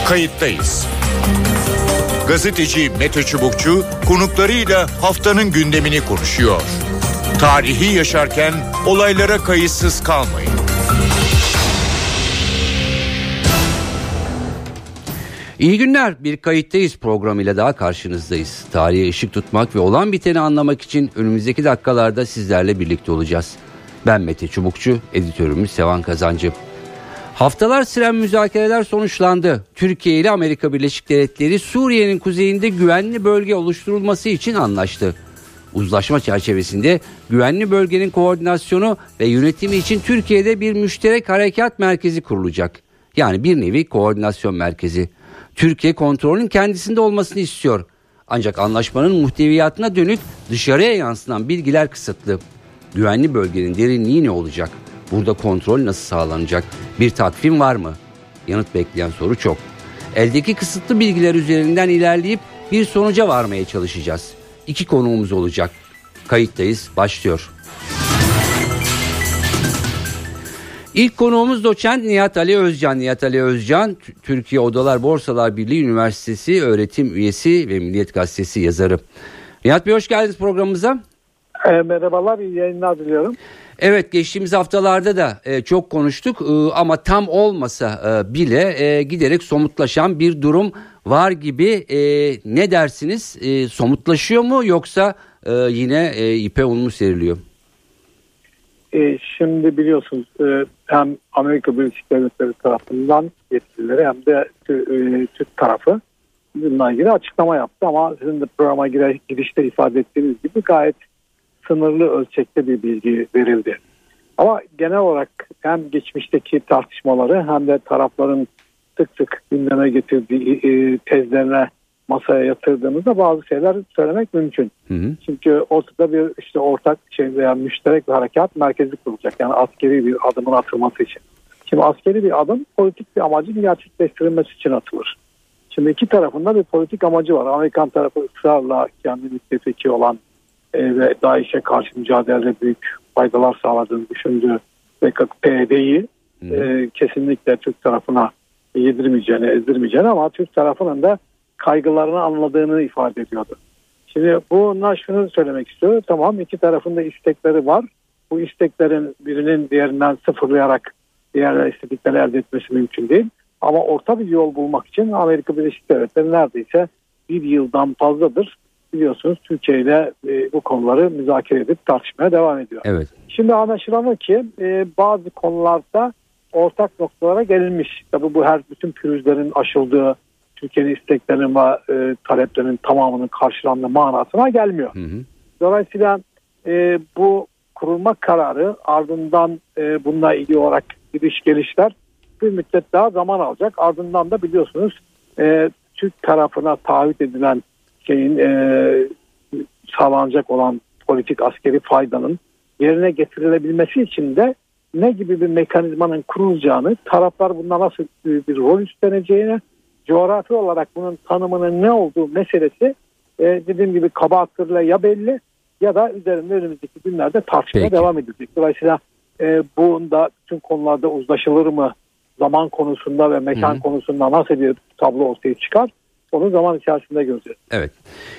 Kayıttayız. Gazeteci Mete Çubukçu konuklarıyla haftanın gündemini konuşuyor. Tarihi yaşarken olaylara kayıtsız kalmayın. İyi günler. Bir Kayıttayız programıyla daha karşınızdayız. Tarihe ışık tutmak ve olan biteni anlamak için önümüzdeki dakikalarda sizlerle birlikte olacağız. Ben Mete Çubukçu, editörümüz Sevan Kazancı. Haftalar süren müzakereler sonuçlandı. Türkiye ile Amerika Birleşik Devletleri Suriye'nin kuzeyinde güvenli bölge oluşturulması için anlaştı. Uzlaşma çerçevesinde güvenli bölgenin koordinasyonu ve yönetimi için Türkiye'de bir müşterek harekat merkezi kurulacak. Yani bir nevi koordinasyon merkezi. Türkiye kontrolün kendisinde olmasını istiyor. Ancak anlaşmanın muhteviyatına dönük dışarıya yansınan bilgiler kısıtlı. Güvenli bölgenin derinliği ne olacak? Burada kontrol nasıl sağlanacak? Bir takvim var mı? Yanıt bekleyen soru çok. Eldeki kısıtlı bilgiler üzerinden ilerleyip bir sonuca varmaya çalışacağız. 2 konuğumuz olacak. Kayıttayız, başlıyor. İlk konuğumuz doçent Nihat Ali Özcan. Nihat Ali Özcan, Türkiye Odalar Borsalar Birliği Üniversitesi öğretim üyesi ve Milliyet Gazetesi yazarı. Nihat Bey, hoş geldiniz programımıza. Merhabalar, iyi yayınlar diliyorum. Evet, geçtiğimiz haftalarda da çok konuştuk ama tam olmasa bile giderek somutlaşan bir durum var gibi. Ne dersiniz? Somutlaşıyor mu yoksa yine ipe un mu seriliyor? Şimdi biliyorsunuz hem Amerika Birleşik Devletleri tarafından yetkilileri hem de Türk tarafı bununla ilgili açıklama yaptı ama sizin de programa girişte ifade ettiğiniz gibi gayet sınırlı ölçekte bir bilgi verildi. Ama genel olarak hem geçmişteki tartışmaları hem de tarafların sık sık gündeme getirdiği tezlerine masaya yatırdığımızda bazı şeyler söylemek mümkün. Hı hı. Çünkü ortada bir ortak veya müşterek bir harekat merkezi kurulacak. Yani askeri bir adımın atılması için. Şimdi askeri bir adım politik bir amacın gerçekleştirilmesi için atılır. Şimdi iki tarafında bir politik amacı var. Amerikan tarafı ısrarla kendi müttefiki olan ve DAEŞ'e karşı mücadelede büyük faydalar sağladığını düşündüğü PYD'yi kesinlikle Türk tarafına yedirmeyeceğini, ezdirmeyeceğini ama Türk tarafının da kaygılarını anladığını ifade ediyordu. Şimdi bundan şunu söylemek istiyor. Tamam, iki tarafın da istekleri var. Bu isteklerin birinin diğerinden sıfırlayarak diğerler istediklerini elde etmesi mümkün değil. Ama orta bir yol bulmak için Amerika Birleşik Devletleri neredeyse bir yıldan fazladır biliyorsunuz Türkiye ile bu konuları müzakere edip tartışmaya devam ediyor. Evet. Şimdi anlaşılan o ki bazı konularda ortak noktalara gelinmiş. Tabii bu bütün pürüzlerin aşıldığı, Türkiye'nin isteklerinin ve taleplerinin tamamının karşılandığı manasına gelmiyor. Hı hı. Dolayısıyla bu kurulma kararı ardından bununla ilgili olarak gidiş gelişler bir müddet daha zaman alacak. Ardından da biliyorsunuz Türk tarafına taahhüt edilen sağlanacak olan politik askeri faydanın yerine getirilebilmesi için de ne gibi bir mekanizmanın kurulacağını, taraflar bunda nasıl bir rol üstleneceğini, coğrafi olarak bunun tanımının ne olduğu meselesi dediğim gibi kaba hatlarıyla ya belli ya da üzerinde önümüzdeki günlerde tartışmaya devam edilecek. Dolayısıyla bunda bütün konularda uzlaşılır mı, zaman konusunda ve mekan konusunda nasıl bir tablo ortaya çıkar, onu zaman içerisinde göreceğiz. Evet.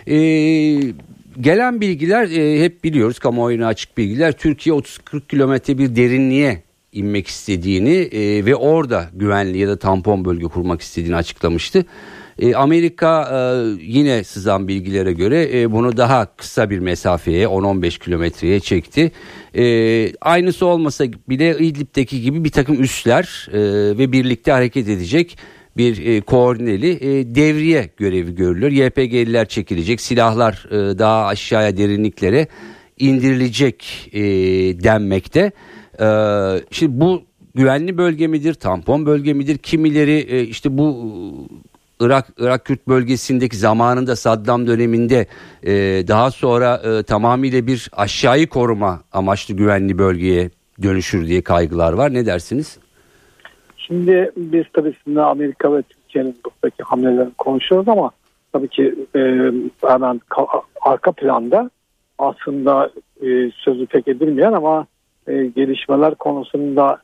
Gelen bilgiler hep biliyoruz, kamuoyuna açık bilgiler. Türkiye 30-40 kilometre bir derinliğe inmek istediğini ve orada güvenli ya da tampon bölge kurmak istediğini açıklamıştı. Amerika yine sızan bilgilere göre bunu daha kısa bir mesafeye 10-15 kilometreye çekti. Aynısı olmasa bile İdlib'deki gibi bir takım üsler ve birlikte hareket edecek bir koordineli devriye görevi görülüyor. YPG'liler çekilecek, silahlar daha aşağıya derinliklere indirilecek denmekte. Şimdi bu güvenli bölge midir, tampon bölge midir? Kimileri işte bu Irak Kürt bölgesindeki zamanında Saddam döneminde daha sonra tamamıyla bir aşağıyı koruma amaçlı güvenli bölgeye dönüşür diye kaygılar var. Ne dersiniz? Şimdi biz tabii sizinle Amerika ve Türkiye'nin buradaki hamlelerini konuşuyoruz ama tabii ki hemen arka planda aslında sözü pek edilmeyen ama gelişmeler konusunda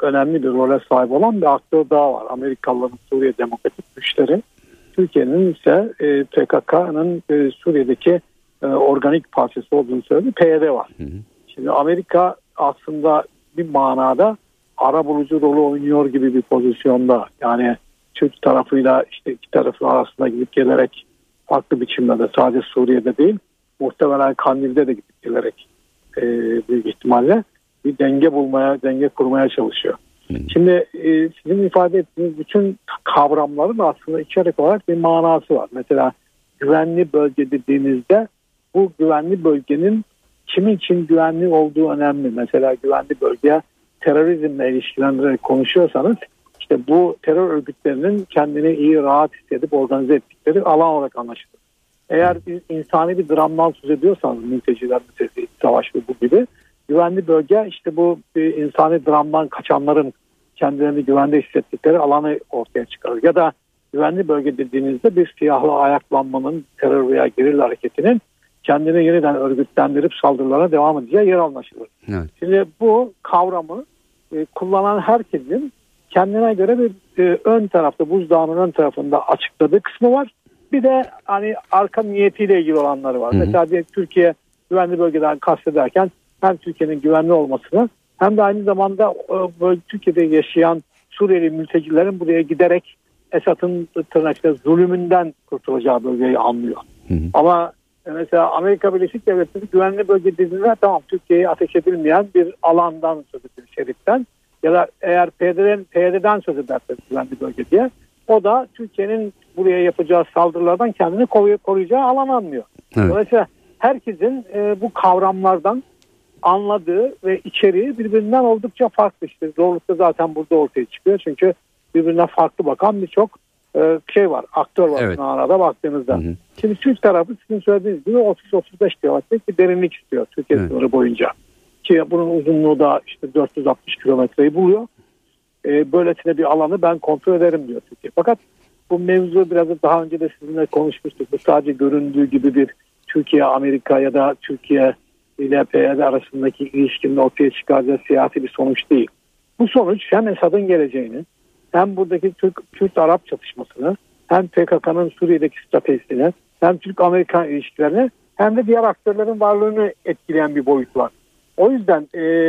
önemli bir role sahip olan bir aktör daha var. Amerikalıların Suriye Demokratik Güçleri. Türkiye'nin ise PKK'nın Suriye'deki organik parçası olduğunu söyledi. PYD var. Şimdi Amerika aslında bir manada arabulucu rolü oynuyor gibi bir pozisyonda. Yani Türk tarafıyla işte iki tarafın arasında gidip gelerek farklı biçimlerde, sadece Suriye'de değil, muhtemelen Kandil'de de gidip gelerek büyük ihtimalle bir denge kurmaya çalışıyor. Şimdi sizin ifade ettiğiniz bütün kavramların aslında içerik olarak bir manası var. Mesela güvenli bölge dediğinizde bu güvenli bölgenin kimin için güvenli olduğu önemli. Mesela güvenli bölgeye terörizmle ilişkilendirerek konuşuyorsanız işte bu terör örgütlerinin kendini iyi, rahat hissedip organize ettikleri alan olarak anlaşılır. Eğer insani bir dramdan söz ediyorsanız, mülteciler meselesi, savaş ve bu gibi, güvenli bölge işte bu insani dramdan kaçanların kendilerini güvende hissettikleri alanı ortaya çıkarır. Ya da güvenli bölge dediğinizde bir silahlı ayaklanmanın, terör veya gerilla hareketinin kendini yeniden örgütlendirip saldırılara devam edeceği yer anlaşılır. Evet. Şimdi bu kavramı kullanan herkesin kendine göre bir ön tarafta, buzdağının ön tarafında açıkladığı kısmı var. Bir de hani arka niyetiyle ilgili olanları var. Mesela Türkiye güvenli bölgeden kastederken hem Türkiye'nin güvenli olmasını hem de aynı zamanda Türkiye'de yaşayan Suriyeli mültecilerin buraya giderek Esad'ın tırnakta zulümünden kurtulacağı bölgeyi anlıyor. Ama mesela Amerika Birleşik Devletleri güvenli bölge dediğinde tamam, Türkiye'ye ateş edilmeyen bir alandan söz edilir, şeritten. Ya da eğer PYD'den söz ederseniz güvenli bölge diye, o da Türkiye'nin buraya yapacağı saldırılardan kendini koruyacağı alan anlıyor. Evet. Dolayısıyla herkesin bu kavramlardan anladığı ve içeriği birbirinden oldukça farklı. İşte zorluk da zaten burada ortaya çıkıyor. Çünkü birbirinden farklı bakan birçok şey var, aktör var, evet, arada baktığınızda. Şimdi Türk tarafı sizin söylediğiniz gibi 30-35 kilometrelik bir derinlik istiyor Türkiye sınırı boyunca. Ki bunun uzunluğu da işte 460 kilometreyi buluyor. Böylesine bir alanı ben kontrol ederim diyor Türkiye. Fakat bu mevzu biraz daha önce de sizinle konuşmuştuk. Bu sadece göründüğü gibi bir Türkiye-Amerika ya da Türkiye ile PYD arasındaki ilişkinin ortaya çıkaracağı siyasi bir sonuç değil. Bu sonuç hem Esad'ın geleceğini, hem buradaki Türk-Arap çatışmasını, hem PKK'nın Suriye'deki stratejisini, hem Türk-Amerikan ilişkilerini, hem de diğer aktörlerin varlığını etkileyen bir boyut var. O yüzden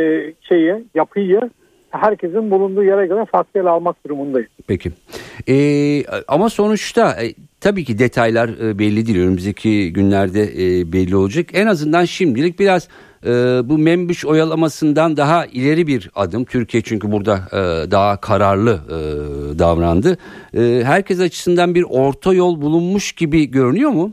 yapıyı herkesin bulunduğu yere göre farklı ele almak durumundayız. Peki. Ama sonuçta tabii ki detaylar belli değil. Önümüzdeki günlerde belli olacak. En azından şimdilik biraz bu Menbüş oyalamasından daha ileri bir adım. Türkiye çünkü burada daha kararlı davrandı. Herkes açısından bir orta yol bulunmuş gibi görünüyor mu?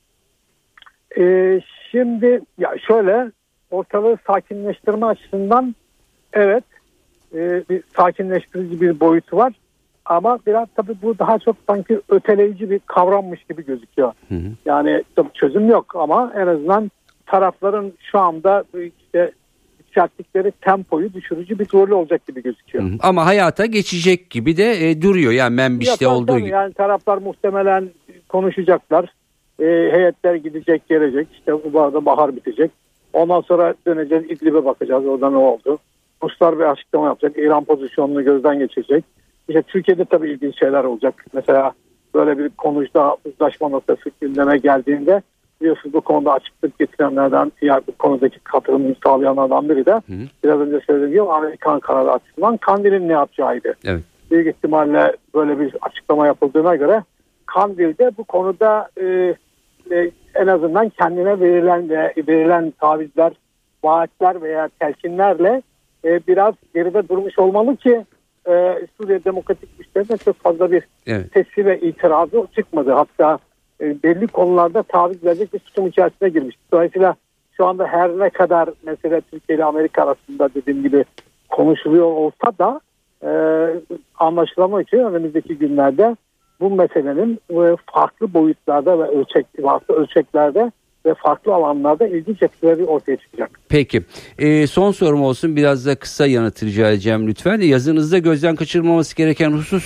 Şimdi ya şöyle, ortalığı sakinleştirme açısından evet, bir sakinleştirici bir boyutu var. Ama biraz tabii bu daha çok sanki öteleyici bir kavrammış gibi gözüküyor. Yani tabii çözüm yok ama en azından tarafların şu anda işte yükselttikleri tempoyu düşürücü bir rolü olacak gibi gözüküyor. Ama hayata geçecek gibi de duruyor. Yani Menbiş'te olduğu gibi. Yani taraflar muhtemelen konuşacaklar. Heyetler gidecek, gelecek. İşte bu arada bahar bitecek. Ondan sonra döneceğiz, İdlib'e bakacağız. Orada ne oldu? Ruslar bir açıklama yapacak. İran pozisyonunu gözden geçirecek. İşte Türkiye'de tabii ilginç şeyler olacak. Mesela böyle bir konuda uzlaşma noktası gündeme geldiğinde biliyorsunuz bu konuda açıklık getirenlerden, yani bu konudaki katılımı sağlayanlardan biri de biraz önce söylediğim gibi Amerikan kararı açısından Kandil'in ne yapacağıydı. Evet. Büyük ihtimalle böyle bir açıklama yapıldığına göre Kandil'de bu konuda en azından kendine verilen tavizler, vaatler veya telkinlerle biraz geride durmuş olmalı ki Suriye Demokratik Güçlerine çok fazla bir sesi ve itirazı çıkmadı. Hatta belli konularda taviz verecek bir tutum içerisine girmiş. Dolayısıyla şu anda her ne kadar mesela Türkiye ile Amerika arasında dediğim gibi konuşuluyor olsa da anlaşılama için önümüzdeki günlerde bu meselenin farklı boyutlarda ve farklı ölçeklerde ve farklı alanlarda ilginç etkileri ortaya çıkacak. Peki. Son sorum olsun. Biraz da kısa yanıt rica edeceğim lütfen. Yazınızda gözden kaçırılmaması gereken husus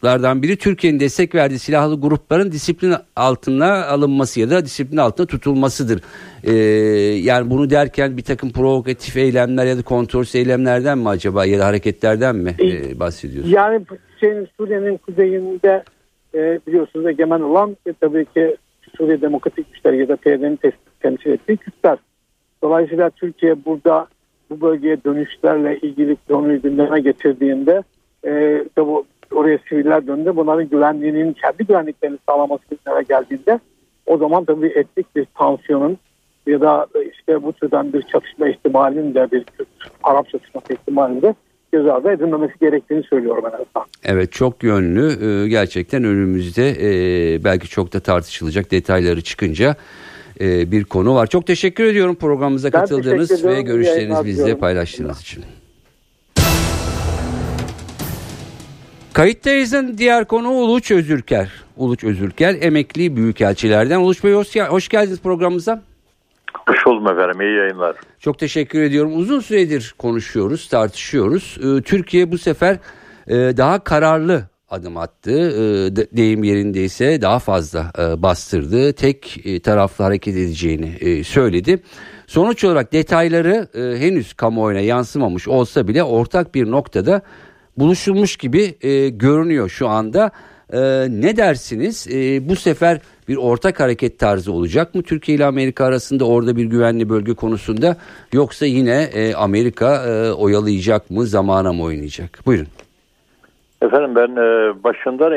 hususlardan biri Türkiye'nin destek verdiği silahlı grupların disiplin altına alınması ya da disiplin altında tutulmasıdır. Yani bunu derken bir takım provokatif eylemler ya da kontrolsüz eylemlerden mi acaba ya da hareketlerden mi bahsediyorsunuz? Yani Suriye'nin kuzeyinde biliyorsunuz egemen olan tabii ki Suriye Demokratik Güçleri ya da PYD'nin temsil ettiği Kürtler. Dolayısıyla Türkiye burada bu bölgeye dönüşlerle ilgili konuyu gündeme getirdiğinde oraya siviller döndü. Bunların güvenliğinin, kendi güvenliklerini sağlaması gündeme geldiğinde o zaman tabii etnik bir tansiyonun ya da işte bu türden bir çatışma ihtimalinin de bir Arap çatışması ihtimalinin de göz ardı edilmemesi gerektiğini söylüyorum ben aslında. Evet, çok yönlü, gerçekten önümüzde belki çok da tartışılacak detayları çıkınca bir konu var. Çok teşekkür ediyorum programımıza katıldığınız ve görüşlerinizi bizle paylaştığınız için. Kayıttayız'ın diğer konu Uluç Özürker. Uluç Özürker emekli büyükelçilerden. Uluç Bey hoş geldiniz programımıza. Hoş buldum efendim, iyi yayınlar. Çok teşekkür ediyorum. Uzun süredir konuşuyoruz, tartışıyoruz. Türkiye bu sefer daha kararlı adım attı. Deyim yerindeyse daha fazla bastırdı. Tek taraflı hareket edeceğini söyledi. Sonuç olarak detayları henüz kamuoyuna yansımamış olsa bile ortak bir noktada buluşulmuş gibi görünüyor şu anda. Ne dersiniz? Bu sefer bir ortak hareket tarzı olacak mı Türkiye ile Amerika arasında orada bir güvenli bölge konusunda, yoksa yine Amerika oyalayacak mı, zamana mı oynayacak? Buyurun. Efendim ben başından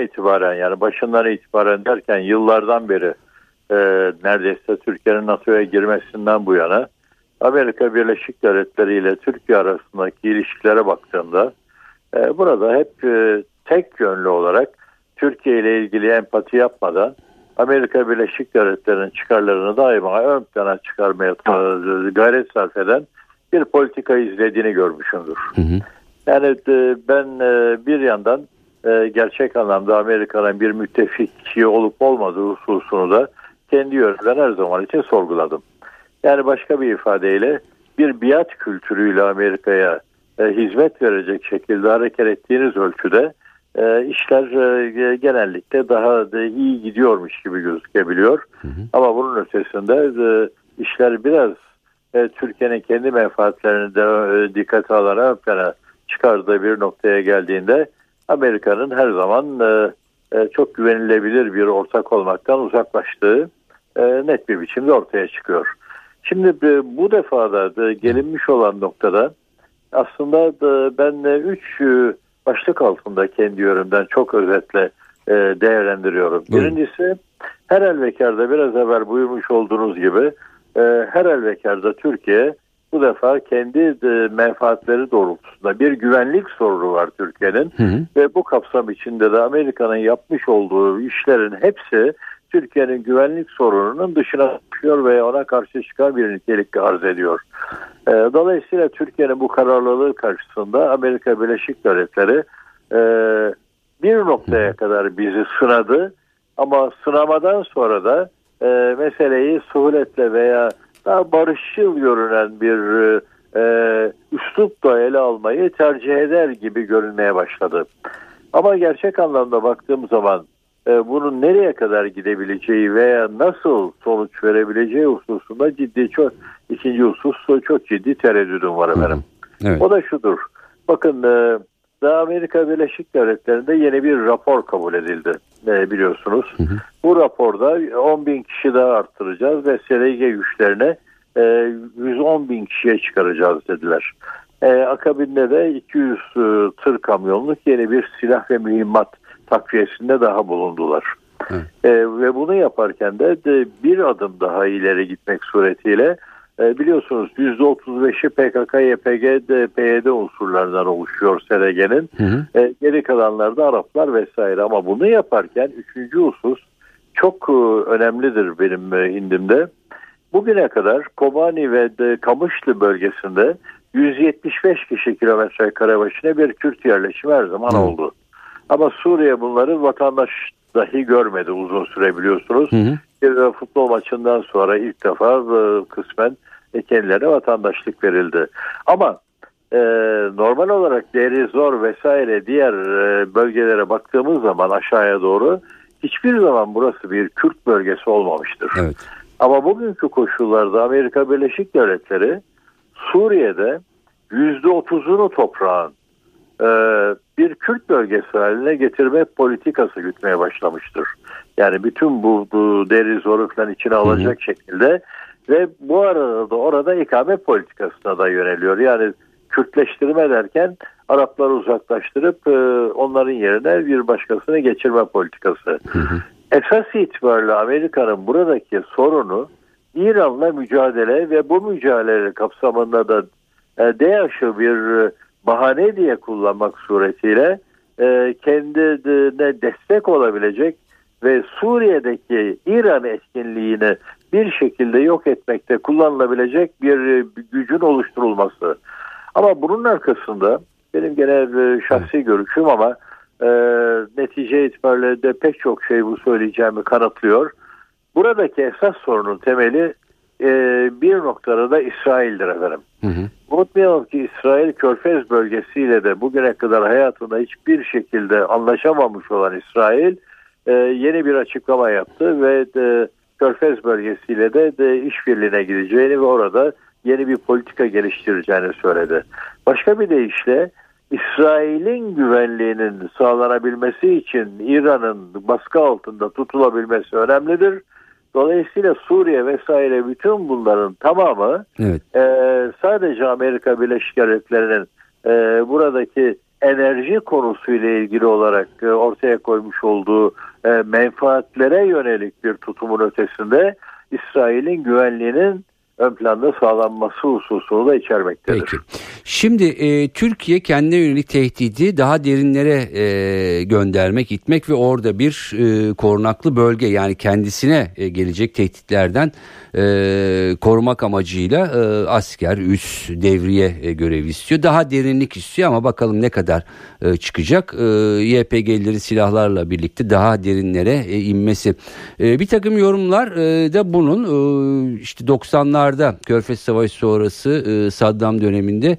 itibaren derken yıllardan beri neredeyse Türkiye'nin NATO'ya girmesinden bu yana Amerika Birleşik Devletleri ile Türkiye arasındaki ilişkilere baktığımda burada hep tek yönlü olarak Türkiye ile ilgili empati yapmadan Amerika Birleşik Devletleri'nin çıkarlarını daima ön plana çıkarmaya gayret sarf eden bir politika izlediğini görmüşümdür. Hı hı. Yani ben bir yandan gerçek anlamda Amerika'nın bir müttefiki olup olmadığı hususunu da kendi yönümden her zaman için sorguladım. Yani başka bir ifadeyle bir biat kültürüyle Amerika'ya hizmet verecek şekilde hareket ettiğiniz ölçüde işler genellikle daha da iyi gidiyormuş gibi gözükebiliyor. Hı hı. Ama bunun ötesinde işler biraz Türkiye'nin kendi menfaatlerini de dikkate alarak çıkardığı bir noktaya geldiğinde Amerika'nın her zaman çok güvenilebilir bir ortak olmaktan uzaklaştığı net bir biçimde ortaya çıkıyor. Şimdi bu defada gelinmiş olan noktada aslında ben 3 başlık altında kendi yönümden çok özetle değerlendiriyorum. Birincisi, her elbekarda biraz evvel buyurmuş olduğunuz gibi her elbekarda Türkiye bu defa kendi menfaatleri doğrultusunda bir güvenlik sorunu var Türkiye'nin. Hı hı. Ve bu kapsam içinde de Amerika'nın yapmış olduğu işlerin hepsi Türkiye'nin güvenlik sorununun dışına çıkıyor veya ona karşı çıkan bir nitelik arz ediyor. Dolayısıyla Türkiye'nin bu kararlılığı karşısında Amerika Birleşik Devletleri bir noktaya kadar bizi sınadı. Ama sınamadan sonra da meseleyi suhuletle veya daha barışçıl görünen bir üslupla ele almayı tercih eder gibi görünmeye başladı. Ama gerçek anlamda baktığım zaman bunun nereye kadar gidebileceği veya nasıl sonuç verebileceği hususunda ikinci husus çok ciddi tereddüdüm var efendim. Evet. O da şudur. Bakın da Amerika Birleşik Devletleri'nde yeni bir rapor kabul edildi biliyorsunuz. Hı hı. Bu raporda 10.000 kişi daha arttıracağız ve SDG güçlerine 110.000 kişiye çıkaracağız dediler. Akabinde de 200 tır kamyonluk yeni bir silah ve mühimmat takviyesinde daha bulundular. Ve bunu yaparken de bir adım daha ileri gitmek suretiyle biliyorsunuz %35'i PKK, YPG, PYD unsurlarından oluşuyor SDG'nin. Geri kalanlar da Araplar vesaire. Ama bunu yaparken üçüncü husus çok önemlidir benim indimde. Bugüne kadar Kobani ve Kamışlı bölgesinde 175 kişi kilometre kare başına bir Kürt yerleşimi her zaman oldu. Ama Suriye bunları vatandaş dahi görmedi uzun süre biliyorsunuz. Bir futbol maçından sonra ilk defa kısmen kendilerine vatandaşlık verildi. Ama normal olarak Deir Zor vesaire diğer bölgelere baktığımız zaman aşağıya doğru hiçbir zaman burası bir Kürt bölgesi olmamıştır. Evet. Ama bugünkü koşullarda Amerika Birleşik Devletleri Suriye'de %30'unu toprağın bir Kürt bölgesi haline getirme politikası gütmeye başlamıştır. Yani bütün bu Deir Zor'u falan içine alacak şekilde ve bu arada da orada ikamet politikasına da yöneliyor. Yani Kürtleştirme derken Arapları uzaklaştırıp onların yerine bir başkasını geçirme politikası. Esas itibariyle Amerika'nın buradaki sorunu İran'la mücadele ve bu mücadele kapsamında da DAEŞ'ı bir bahane diye kullanmak suretiyle kendine destek olabilecek ve Suriye'deki İran etkinliğini bir şekilde yok etmekte kullanılabilecek bir gücün oluşturulması. Ama bunun arkasında benim gene şahsi görüşüm ama netice itibariyle de pek çok şey bu söyleyeceğimi kanıtlıyor. Buradaki esas sorunun temeli bir noktada da İsrail'dir efendim. Unutmayalım ki İsrail Körfez bölgesiyle de bugüne kadar hayatında hiçbir şekilde anlaşamamış olan İsrail yeni bir açıklama yaptı ve Körfez bölgesiyle de işbirliğine gideceğini ve orada yeni bir politika geliştireceğini söyledi. Başka bir deyişle İsrail'in güvenliğinin sağlanabilmesi için İran'ın baskı altında tutulabilmesi önemlidir. Dolayısıyla Suriye vesaire bütün bunların tamamı sadece Amerika Birleşik Devletleri'nin buradaki enerji konusuyla ilgili olarak ortaya koymuş olduğu menfaatlere yönelik bir tutumun ötesinde İsrail'in güvenliğinin ön planda sağlanması hususunu da içermektedir. Peki. Şimdi Türkiye kendine yönelik tehdidi daha derinlere göndermek, itmek ve orada bir korunaklı bölge, yani kendisine gelecek tehditlerden korumak amacıyla asker, üs, devriye görevi istiyor. Daha derinlik istiyor ama bakalım ne kadar çıkacak. YPG'leri silahlarla birlikte daha derinlere inmesi. Bir takım yorumlar da bunun işte 90'larda Körfez Savaşı sonrası Saddam döneminde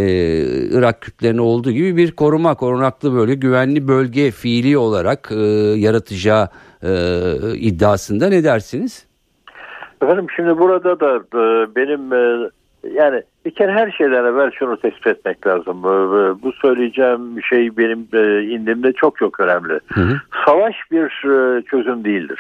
Irak Kürtlerine olduğu gibi bir korunaklı bölge, güvenli bölge fiili olarak yaratacağı iddiasında, ne dersiniz? Efendim şimdi burada da benim yani bir kere her şeyden evvel şunu tespit etmek lazım. Bu söyleyeceğim şey benim indimde çok çok önemli. Savaş bir çözüm değildir.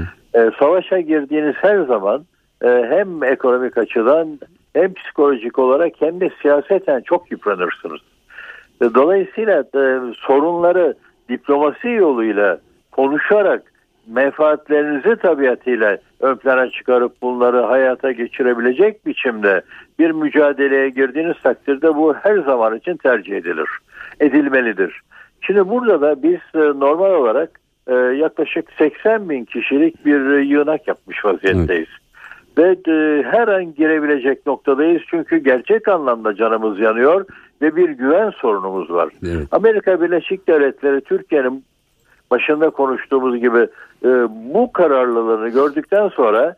Savaşa girdiğiniz her zaman hem ekonomik açıdan hem psikolojik olarak hem de siyaseten çok yıpranırsınız. Dolayısıyla sorunları diplomasi yoluyla konuşarak menfaatlerinizi tabiatıyla ön plana çıkarıp bunları hayata geçirebilecek biçimde bir mücadeleye girdiğiniz takdirde bu her zaman için tercih edilmelidir. Şimdi burada da biz normal olarak yaklaşık 80 bin kişilik bir yığınak yapmış vaziyetteyiz. Ve her an girebilecek noktadayız çünkü gerçek anlamda canımız yanıyor ve bir güven sorunumuz var. Evet. Amerika Birleşik Devletleri Türkiye'nin başında konuştuğumuz gibi bu kararlılığını gördükten sonra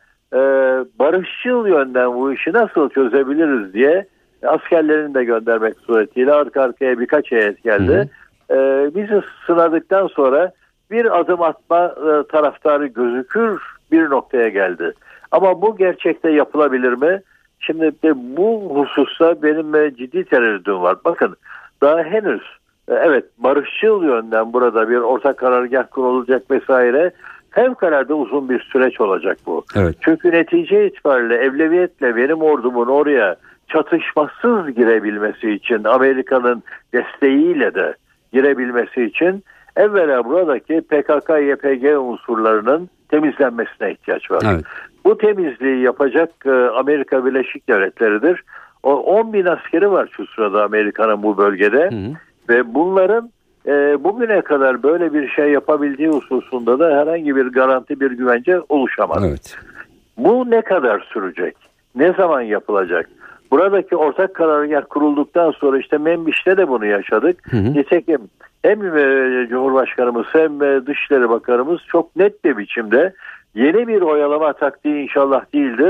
barışçıl yönden bu işi nasıl çözebiliriz diye askerlerini de göndermek suretiyle arka arkaya birkaç heyet geldi. Bizi sınadıktan sonra bir adım atma taraftarı gözükür bir noktaya geldi. Ama bu gerçekte yapılabilir mi? Şimdi de bu hususta benim ciddi tereddütüm var. Bakın daha henüz evet barışçıl yönden burada bir ortak karargah kurulacak vesaire, fevkalade uzun bir süreç olacak bu. Evet. Çünkü netice itibariyle evleviyetle benim ordumun oraya çatışmasız girebilmesi için, Amerika'nın desteğiyle de girebilmesi için evvela buradaki PKK-YPG unsurlarının temizlenmesine ihtiyaç var. Evet. Bu temizliği yapacak Amerika Birleşik Devletleri'dir. O 10 bin askeri var şu sırada Amerika'nın bu bölgede. Ve bunların bugüne kadar böyle bir şey yapabildiği hususunda da herhangi bir garanti, bir güvence oluşamadı. Evet. Bu ne kadar sürecek? Ne zaman yapılacak? Buradaki ortak karargah kurulduktan sonra işte Membiş'te de bunu yaşadık. Nitekim hem Cumhurbaşkanımız hem Dışişleri Bakanımız çok net bir biçimde yeni bir oyalama taktiği inşallah değildir.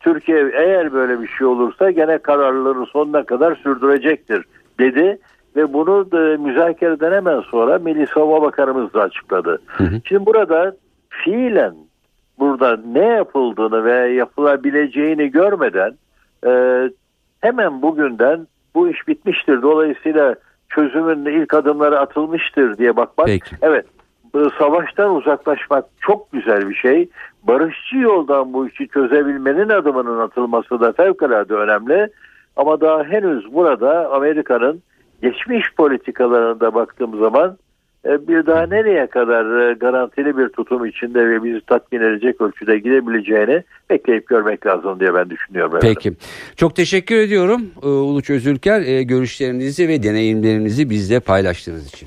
Türkiye eğer böyle bir şey olursa gene kararlılığını sonuna kadar sürdürecektir dedi. Ve bunu da müzakereden hemen sonra Milli Savunma Bakanımız da açıkladı. Şimdi burada fiilen burada ne yapıldığını ve yapılabileceğini görmeden hemen bugünden bu iş bitmiştir. Dolayısıyla çözümün ilk adımları atılmıştır diye bakmak. Peki. Evet, savaştan uzaklaşmak çok güzel bir şey. Barışçı yoldan bu işi çözebilmenin adımının atılması da fevkalade önemli. Ama daha henüz burada Amerika'nın geçmiş politikalarına da baktığım zaman bir daha nereye kadar garantili bir tutum içinde ve bizi tatmin edecek ölçüde gidebileceğini bekleyip görmek lazım diye ben düşünüyorum. Peki. Çok teşekkür ediyorum Uluç Özülker, görüşlerinizi ve deneyimlerinizi bizle paylaştığınız için.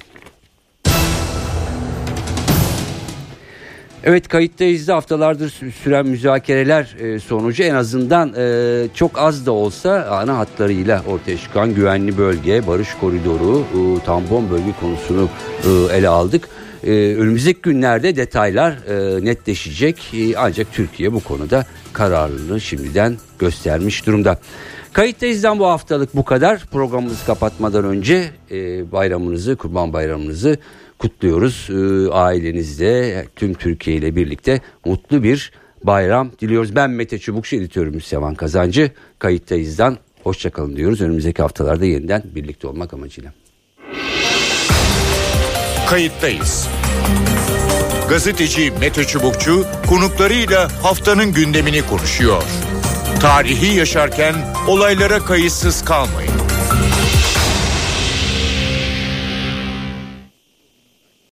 Evet, kayıttayız da haftalardır süren müzakereler sonucu en azından çok az da olsa ana hatlarıyla ortaya çıkan güvenli bölge, barış koridoru, tampon bölge konusunu ele aldık. Önümüzdeki günlerde detaylar netleşecek, ancak Türkiye bu konuda kararlılığını şimdiden göstermiş durumda. Kayıttayız'dan bu haftalık bu kadar. Programımızı kapatmadan önce bayramınızı, Kurban Bayramınızı kutluyoruz. Ailenizle, tüm Türkiye ile birlikte mutlu bir bayram diliyoruz. Ben Mete Çubukçu, editörümüz Sevan Kazancı. Kayıttayız'dan hoşçakalın diyoruz. Önümüzdeki haftalarda yeniden birlikte olmak amacıyla. Kayıttayız. Gazeteci Mete Çubukçu konuklarıyla haftanın gündemini konuşuyor. Tarihi yaşarken olaylara kayıtsız kalmayın.